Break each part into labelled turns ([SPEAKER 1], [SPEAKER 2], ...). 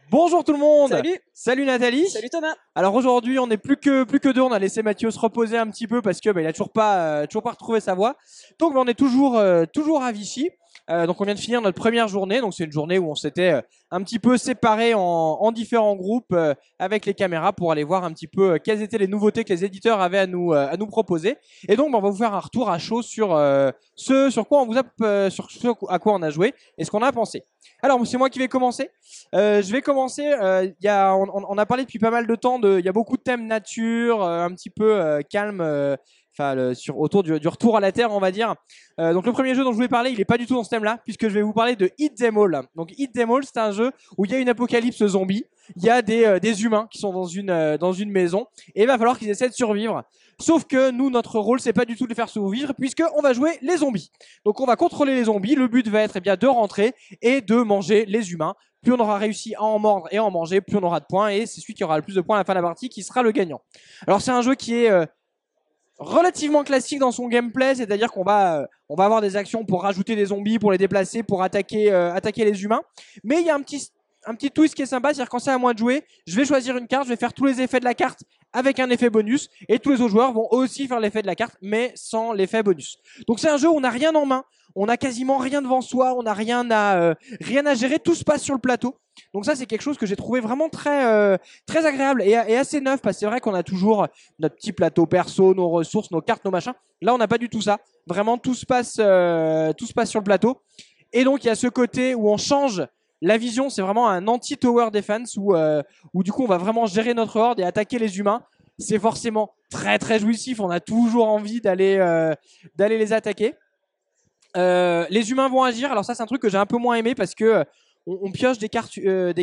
[SPEAKER 1] Bonjour tout le monde.
[SPEAKER 2] Salut.
[SPEAKER 1] Salut Nathalie.
[SPEAKER 2] Salut Thomas.
[SPEAKER 1] Alors aujourd'hui, on n'est plus que deux. On a laissé Mathieu se reposer un petit peu parce que il a toujours pas retrouvé sa voix. Donc on est toujours à Vichy. Donc on vient de finir notre première journée. Donc c'est une journée où on s'était un petit peu séparés en différents groupes avec les caméras pour aller voir un petit peu quelles étaient les nouveautés que les éditeurs avaient à nous proposer. Et donc on va vous faire un retour à chaud sur sur quoi on vous a sur ce à quoi on a joué et ce qu'on a pensé. Alors c'est moi qui vais commencer. Je vais commencer. On a parlé depuis pas mal de temps. Il y a beaucoup de thèmes nature, un petit peu calme, autour du retour à la terre, on va dire. Donc le premier jeu dont je voulais parler, il n'est pas du tout dans ce thème-là, puisque je vais vous parler de Hit Them All. Donc Hit Them All, c'est un jeu où il y a une apocalypse zombie. Il y a des humains qui sont dans une maison, et il va falloir qu'ils essaient de survivre. Sauf que nous, notre rôle, c'est pas du tout de les faire survivre, puisqu'on va jouer les zombies. Donc on va contrôler les zombies. Le but va être de rentrer et de manger les humains. Plus on aura réussi à en mordre et à en manger, plus on aura de points, et c'est celui qui aura le plus de points à la fin de la partie qui sera le gagnant. Alors c'est un jeu qui est relativement classique dans son gameplay, c'est-à-dire qu'on va avoir des actions pour rajouter des zombies, pour les déplacer, pour attaquer les humains. Mais il y a un petit twist qui est sympa, c'est-à-dire quand c'est à moi de jouer, je vais choisir une carte, je vais faire tous les effets de la carte avec un effet bonus, et tous les autres joueurs vont aussi faire l'effet de la carte, mais sans l'effet bonus. Donc c'est un jeu où on n'a rien en main, on n'a quasiment rien devant soi, on n'a rien à gérer, tout se passe sur le plateau. Donc ça c'est quelque chose que j'ai trouvé vraiment très agréable et assez neuf, parce que c'est vrai qu'on a toujours notre petit plateau perso, nos ressources, nos cartes, nos machins. Là on n'a pas du tout ça. Vraiment tout se passe sur le plateau. Et donc il y a ce côté où on change la vision, c'est vraiment un anti-tower defense où du coup on va vraiment gérer notre horde et attaquer les humains. C'est forcément très jouissif, on a toujours envie d'aller les attaquer. Les humains vont agir. Alors ça c'est un truc que j'ai un peu moins aimé parce que on pioche des cartes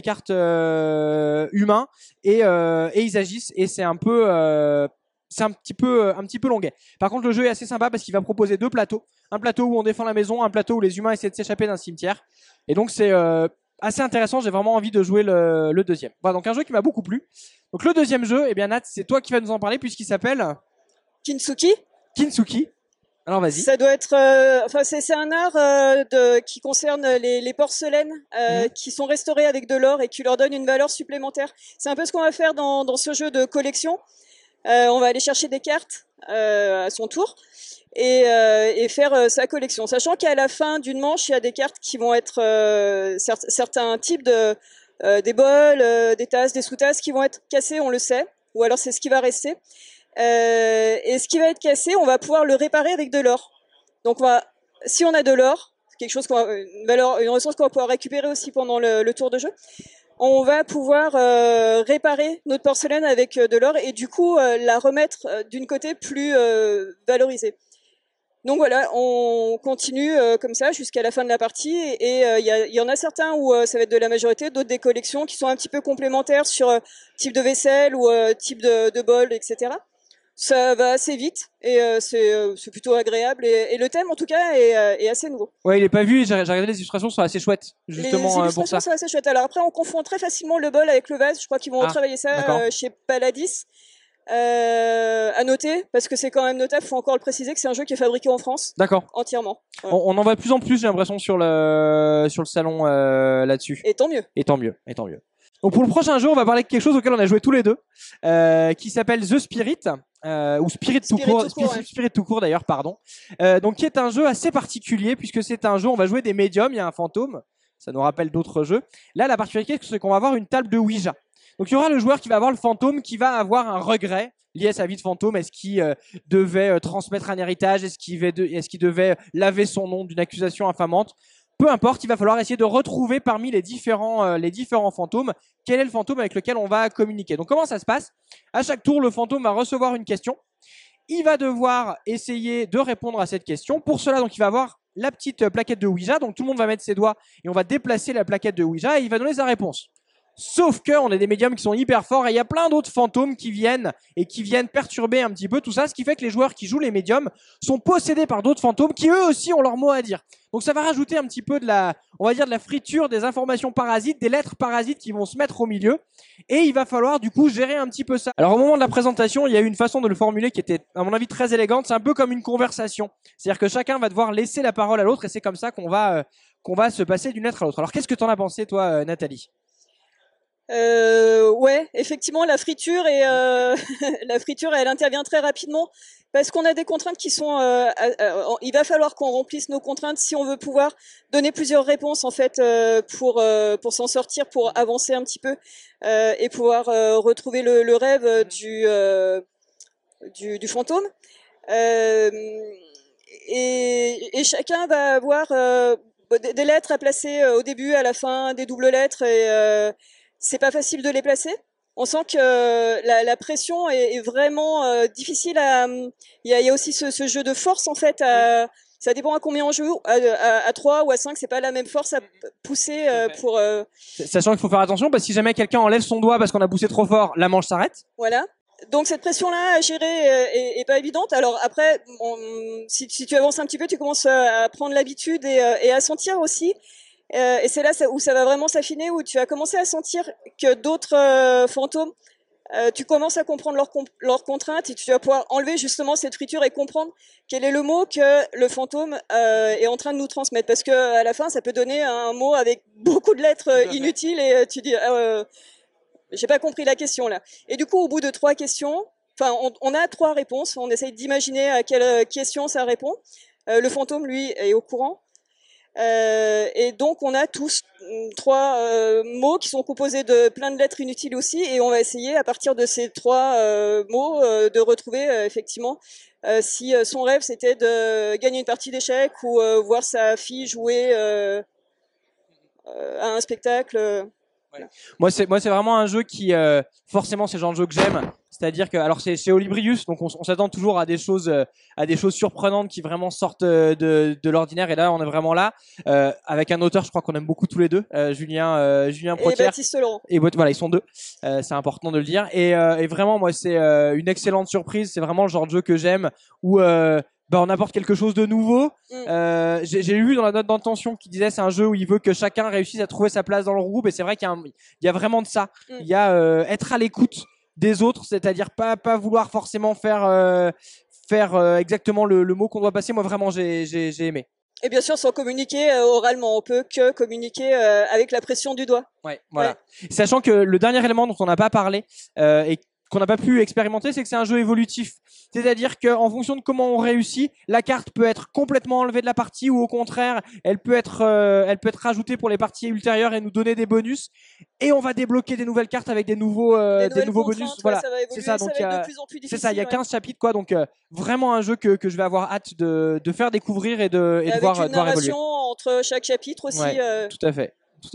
[SPEAKER 1] humains et ils agissent, et c'est un petit peu longuet. Par contre le jeu est assez sympa parce qu'il va proposer deux plateaux, un plateau où on défend la maison, un plateau où les humains essaient de s'échapper d'un cimetière, et donc c'est assez intéressant. J'ai vraiment envie de jouer le deuxième. Voilà, donc un jeu qui m'a beaucoup plu. Donc le deuxième jeu, Nat, c'est toi qui vas nous en parler puisqu'il s'appelle Kintsugi. Alors vas-y.
[SPEAKER 2] Ça doit être, c'est un art qui concerne les porcelaines qui sont restaurées avec de l'or et qui leur donne une valeur supplémentaire. C'est un peu ce qu'on va faire dans ce jeu de collection. On va aller chercher des cartes à son tour et faire sa collection, sachant qu'à la fin d'une manche, il y a des cartes qui vont être certains types des bols, des tasses, des sous-tasses qui vont être cassées, on le sait, ou alors c'est ce qui va rester. Et ce qui va être cassé, on va pouvoir le réparer avec de l'or. Donc si on a de l'or, quelque chose une ressource qu'on va pouvoir récupérer aussi pendant le tour de jeu, on va pouvoir réparer notre porcelaine avec de l'or et du coup la remettre d'une côté plus valorisée. Donc voilà, on continue comme ça jusqu'à la fin de la partie, et il y en a certains où ça va être de la majorité, d'autres des collections qui sont un petit peu complémentaires sur type de vaisselle ou type de bol, etc. Ça va assez vite et c'est plutôt agréable, et le thème en tout cas est assez nouveau.
[SPEAKER 1] Ouais, il est pas vu, j'ai regardé, les illustrations sont assez chouettes justement
[SPEAKER 2] les illustrations
[SPEAKER 1] pour ça.
[SPEAKER 2] sont assez chouettes. Alors après on confond très facilement le bol avec le vase, je crois qu'ils vont retravailler ça chez Paladis. À noter, parce que c'est quand même notable, faut encore le préciser, que c'est un jeu qui est fabriqué en France.
[SPEAKER 1] D'accord.
[SPEAKER 2] Entièrement. Voilà.
[SPEAKER 1] On en voit de plus en plus, j'ai l'impression, sur le salon là-dessus.
[SPEAKER 2] Et tant mieux.
[SPEAKER 1] Et tant mieux. Donc pour le prochain jeu, on va parler de quelque chose auquel on a joué tous les deux, qui s'appelle The Spirit, ou Spirit tout court d'ailleurs, pardon. Donc qui est un jeu assez particulier, puisque c'est un jeu, on va jouer des médiums, il y a un fantôme, ça nous rappelle d'autres jeux. Là, la particularité, c'est qu'on va avoir une table de Ouija. Donc il y aura le joueur qui va avoir le fantôme, qui va avoir un regret lié à sa vie de fantôme. Est-ce qu'il devait transmettre un héritage? Est-ce qu'il devait laver son nom d'une accusation infamante? Peu importe, il va falloir essayer de retrouver parmi les différents fantômes quel est le fantôme avec lequel on va communiquer. Donc comment ça se passe? À chaque tour, le fantôme va recevoir une question. Il va devoir essayer de répondre à cette question. Pour cela, donc, il va avoir la petite plaquette de Ouija. Donc tout le monde va mettre ses doigts et on va déplacer la plaquette de Ouija et il va donner sa réponse. Sauf qu'on a des médiums qui sont hyper forts et il y a plein d'autres fantômes qui viennent perturber un petit peu tout ça, ce qui fait que les joueurs qui jouent les médiums sont possédés par d'autres fantômes qui eux aussi ont leur mot à dire. Donc ça va rajouter un petit peu de la friture, des informations parasites, des lettres parasites qui vont se mettre au milieu, et il va falloir du coup gérer un petit peu ça. Alors au moment de la présentation, il y a eu une façon de le formuler qui était à mon avis très élégante. C'est un peu comme une conversation, c'est-à-dire que chacun va devoir laisser la parole à l'autre, et c'est comme ça qu'on va se passer d'une lettre à l'autre. Alors qu'est-ce que t'en as pensé toi, Nathalie?
[SPEAKER 2] Ouais, effectivement, la friture la friture, elle intervient très rapidement parce qu'on a des contraintes qui sont. Il va falloir qu'on remplisse nos contraintes si on veut pouvoir donner plusieurs réponses en fait pour s'en sortir, pour avancer un petit peu et pouvoir retrouver le rêve du fantôme. Euh, et chacun va avoir des lettres à placer au début, à la fin, des doubles lettres, et c'est pas facile de les placer. On sent que la pression est vraiment difficile à. Il y a aussi ce jeu de force en fait. Ça dépend à combien on joue. À 3 ou à 5, c'est pas la même force à pousser pour.
[SPEAKER 1] Sachant qu'il faut faire attention parce que si jamais quelqu'un enlève son doigt parce qu'on a poussé trop fort, la manche s'arrête.
[SPEAKER 2] Voilà. Donc cette pression-là à gérer est pas évidente. Alors après, si tu avances un petit peu, tu commences à prendre l'habitude et à sentir aussi. Et c'est là où ça va vraiment s'affiner, où tu vas commencer à sentir que d'autres fantômes, tu commences à comprendre leurs contraintes et tu vas pouvoir enlever justement cette friture et comprendre quel est le mot que le fantôme est en train de nous transmettre. Parce que à la fin, ça peut donner un mot avec beaucoup de lettres inutiles et tu dis j'ai pas compris la question là. Et du coup, au bout de 3 questions, enfin, on a 3 réponses. On essaye d'imaginer à quelle question ça répond. Le fantôme, lui, est au courant. Et donc, on a tous 3 mots qui sont composés de plein de lettres inutiles aussi. Et on va essayer, à partir de ces 3 mots, de retrouver effectivement si son rêve c'était de gagner une partie d'échecs ou voir sa fille jouer à un spectacle.
[SPEAKER 1] Ouais. Moi, c'est vraiment un jeu qui, forcément, c'est le genre de jeu que j'aime. C'est-à-dire que, alors, c'est chez Olibrius, donc on s'attend toujours à des choses surprenantes qui vraiment sortent de l'ordinaire. Et là, on est vraiment là avec un auteur, je crois qu'on aime beaucoup tous les deux, Julien Protière
[SPEAKER 2] et Baptiste Laurent.
[SPEAKER 1] Et voilà, ils sont deux. C'est important de le dire. Et vraiment, moi, c'est une excellente surprise. C'est vraiment le genre de jeu que j'aime où on apporte quelque chose de nouveau. J'ai lu dans la note d'intention qui disait c'est un jeu où il veut que chacun réussisse à trouver sa place dans le groupe, et c'est vrai qu'il y a vraiment de ça. Il y a être à l'écoute des autres, c'est-à-dire pas vouloir forcément faire exactement le mot qu'on doit passer. Moi vraiment j'ai aimé.
[SPEAKER 2] Et bien sûr, sans communiquer oralement, on peut que communiquer avec la pression du doigt.
[SPEAKER 1] Ouais, voilà. Ouais. Sachant que le dernier élément dont on n'a pas parlé et qu'on n'a pas pu expérimenter, c'est que c'est un jeu évolutif. C'est-à-dire qu'en fonction de comment on réussit, la carte peut être complètement enlevée de la partie ou au contraire, elle peut être rajoutée pour les parties ultérieures et nous donner des bonus. Et on va débloquer des nouvelles cartes avec des nouveaux bonus. Voilà,
[SPEAKER 2] c'est ça. Donc
[SPEAKER 1] c'est ça. Il y a 15 chapitres quoi. Donc vraiment un jeu que je vais avoir hâte de faire découvrir et de voir évoluer.
[SPEAKER 2] Avec une narration entre chaque chapitre aussi.
[SPEAKER 1] Ouais, tout à fait.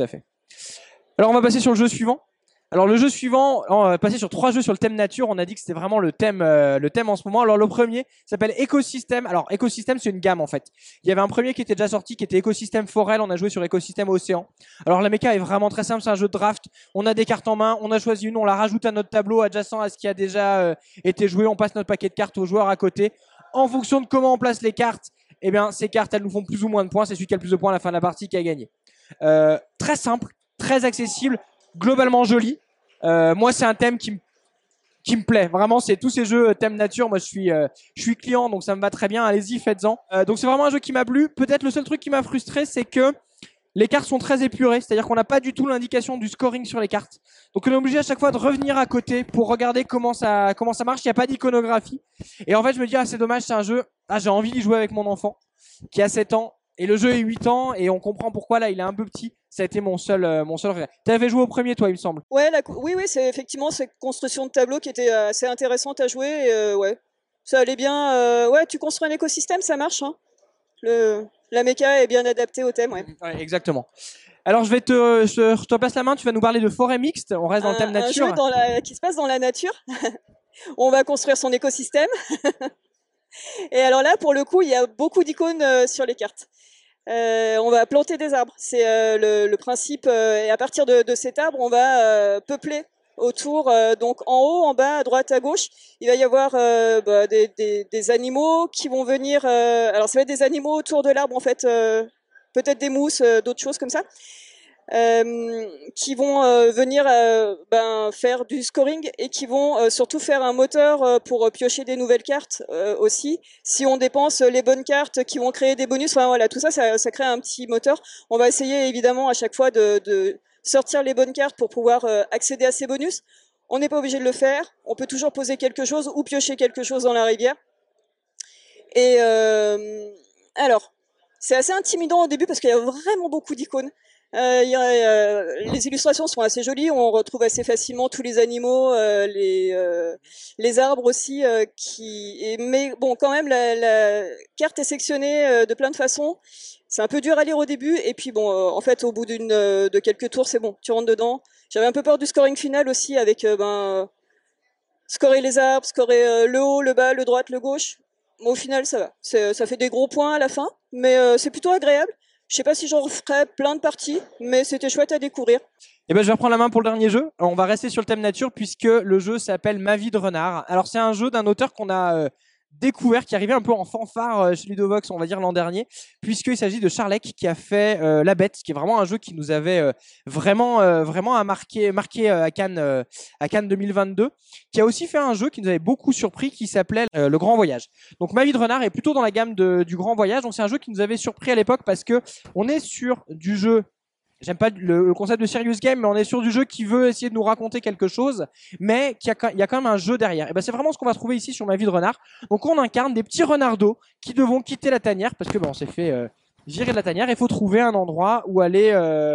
[SPEAKER 1] Alors on va passer sur le jeu suivant. Alors le jeu suivant, on va passer sur 3 jeux sur le thème nature. On a dit que c'était vraiment le thème en ce moment. Alors le premier s'appelle Écosystème. Alors Écosystème, c'est une gamme en fait. Il y avait un premier qui était déjà sorti, qui était Écosystème Forêt. On a joué sur Écosystème Océan. Alors la méca est vraiment très simple. C'est un jeu de draft. On a des cartes en main. On a choisi une, on la rajoute à notre tableau adjacent à ce qui a déjà été joué. On passe notre paquet de cartes aux joueurs à côté. En fonction de comment on place les cartes, eh bien ces cartes elles nous font plus ou moins de points. C'est celui qui a le plus de points à la fin de la partie qui a gagné. Très simple, très accessible, globalement joli. Moi, c'est un thème qui me plaît. Vraiment, c'est tous ces jeux thème nature. Moi, je suis client, donc ça me va très bien. Allez-y, faites-en. Donc, c'est vraiment un jeu qui m'a plu. Peut-être le seul truc qui m'a frustré, c'est que les cartes sont très épurées. C'est-à-dire qu'on n'a pas du tout l'indication du scoring sur les cartes. Donc, on est obligé à chaque fois de revenir à côté pour regarder comment ça marche. Il n'y a pas d'iconographie. Et en fait, je me dis, c'est dommage, c'est un jeu. J'ai envie d'y jouer avec mon enfant qui a 7 ans. Et le jeu est 8 ans et on comprend pourquoi là il est un peu petit. Ça a été mon seul regret. T'avais joué au premier toi il me semble.
[SPEAKER 2] Ouais, oui, c'est effectivement cette construction de tableau qui était assez intéressante à jouer. Et, ouais, ça allait bien. Ouais, tu construis un écosystème, ça marche. Hein. La méca est bien adaptée au thème. Ouais.
[SPEAKER 1] Ouais, exactement. Alors je te passe la main. Tu vas nous parler de forêt mixte. On reste dans le thème nature.
[SPEAKER 2] Un jeu qui se passe dans la nature. On va construire son écosystème. Et alors là, pour le coup, il y a beaucoup d'icônes sur les cartes. On va planter des arbres, c'est le principe. Et à partir de cet arbre, on va peupler autour. Donc en haut, en bas, à droite, à gauche, il va y avoir des animaux qui vont venir. Alors ça va être des animaux autour de l'arbre en fait, peut-être des mousses, d'autres choses comme ça. Qui vont venir faire du scoring et qui vont surtout faire un moteur pour piocher des nouvelles cartes aussi. Si on dépense les bonnes cartes qui vont créer des bonus, enfin voilà, tout ça, ça crée un petit moteur. On va essayer évidemment à chaque fois de sortir les bonnes cartes pour pouvoir accéder à ces bonus. On n'est pas obligé de le faire. On peut toujours poser quelque chose ou piocher quelque chose dans la rivière. Et alors, c'est assez intimidant au début parce qu'il y a vraiment beaucoup d'icônes. Les illustrations sont assez jolies, on retrouve assez facilement tous les animaux, les arbres aussi. Mais bon, quand même, la carte est sectionnée de plein de façons. C'est un peu dur à lire au début, et puis bon, en fait, au bout de quelques tours, c'est bon, tu rentres dedans. J'avais un peu peur du scoring final aussi, avec scorer les arbres, scorer le haut, le bas, le droite, le gauche. Mais au final, ça va. Ça fait des gros points à la fin, mais c'est plutôt agréable. Je sais pas si j'en referai plein de parties, mais c'était chouette à découvrir.
[SPEAKER 1] Et ben, je vais reprendre la main pour le dernier jeu. Alors, on va rester sur le thème nature puisque le jeu s'appelle Ma vie de renard. Alors, c'est un jeu d'un auteur qu'on a découvert, qui arrivait un peu en fanfare chez Ludovox, on va dire l'an dernier, puisqu'il s'agit de Charlec qui a fait La Bête, qui est vraiment un jeu qui nous avait vraiment marqué à Cannes 2022, qui a aussi fait un jeu qui nous avait beaucoup surpris, qui s'appelait Le Grand Voyage. Donc Ma vie de renard est plutôt dans la gamme du Grand Voyage. Donc c'est un jeu qui nous avait surpris à l'époque parce que on est sur du jeu. J'aime pas le concept de serious game, mais on est sur du jeu qui veut essayer de nous raconter quelque chose, mais il y a quand même un jeu derrière. Et ben c'est vraiment ce qu'on va trouver ici sur Ma vie de renard. Donc on incarne des petits renardeaux qui devront quitter la tanière parce que on s'est fait virer de la tanière. Il faut trouver un endroit où aller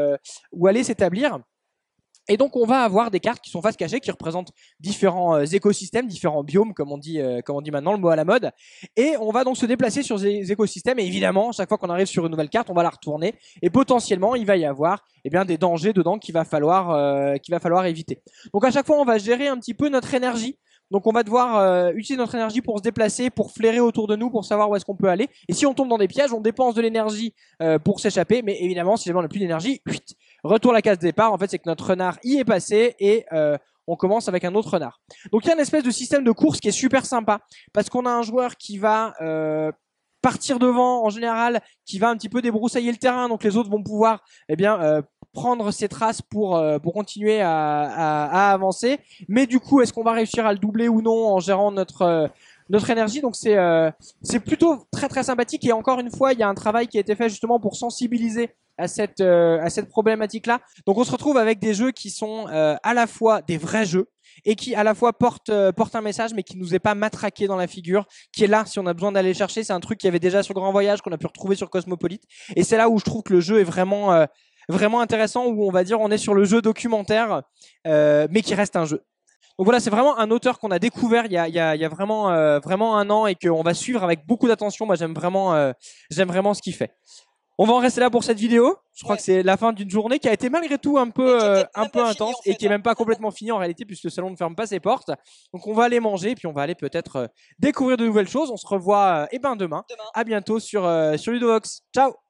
[SPEAKER 1] s'établir. Et donc on va avoir des cartes qui sont face cachée, qui représentent différents écosystèmes, différents biomes, comme on dit maintenant, le mot à la mode. Et on va donc se déplacer sur ces écosystèmes. Et évidemment, chaque fois qu'on arrive sur une nouvelle carte, on va la retourner. Et potentiellement, il va y avoir des dangers dedans qu'il va falloir éviter. Donc à chaque fois, on va gérer un petit peu notre énergie. Donc on va devoir utiliser notre énergie pour se déplacer, pour flairer autour de nous, pour savoir où est-ce qu'on peut aller. Et si on tombe dans des pièges, on dépense de l'énergie pour s'échapper. Mais évidemment, si jamais on n'a plus d'énergie, retour à la case départ. En fait, c'est que notre renard y est passé et on commence avec un autre renard. Donc il y a une espèce de système de course qui est super sympa parce qu'on a un joueur qui va partir devant en général, qui va un petit peu débroussailler le terrain. Donc les autres vont pouvoir prendre ses traces pour continuer à avancer. Mais du coup, est-ce qu'on va réussir à le doubler ou non en gérant notre énergie? Donc c'est plutôt très très sympathique. Et encore une fois, il y a un travail qui a été fait justement pour sensibiliser à cette problématique-là. Donc on se retrouve avec des jeux qui sont à la fois des vrais jeux et qui à la fois portent un message mais qui nous est pas matraqué dans la figure, qui est là si on a besoin d'aller chercher. C'est un truc qu'il y avait déjà sur Grand Voyage, qu'on a pu retrouver sur Cosmopolite, et c'est là où je trouve que le jeu est vraiment intéressant, où on va dire on est sur le jeu documentaire mais qui reste un jeu. Donc voilà, c'est vraiment un auteur qu'on a découvert il y a vraiment un an et qu'on va suivre avec beaucoup d'attention. Moi j'aime vraiment ce qu'il fait. On va en rester là pour cette vidéo. Je crois que c'est la fin d'une journée qui a été malgré tout un peu intense et qui est même pas complètement finie en réalité, puisque le salon ne ferme pas ses portes. Donc on va aller manger, puis on va aller peut-être découvrir de nouvelles choses. On se revoit demain. À bientôt sur Ludovox. Ciao.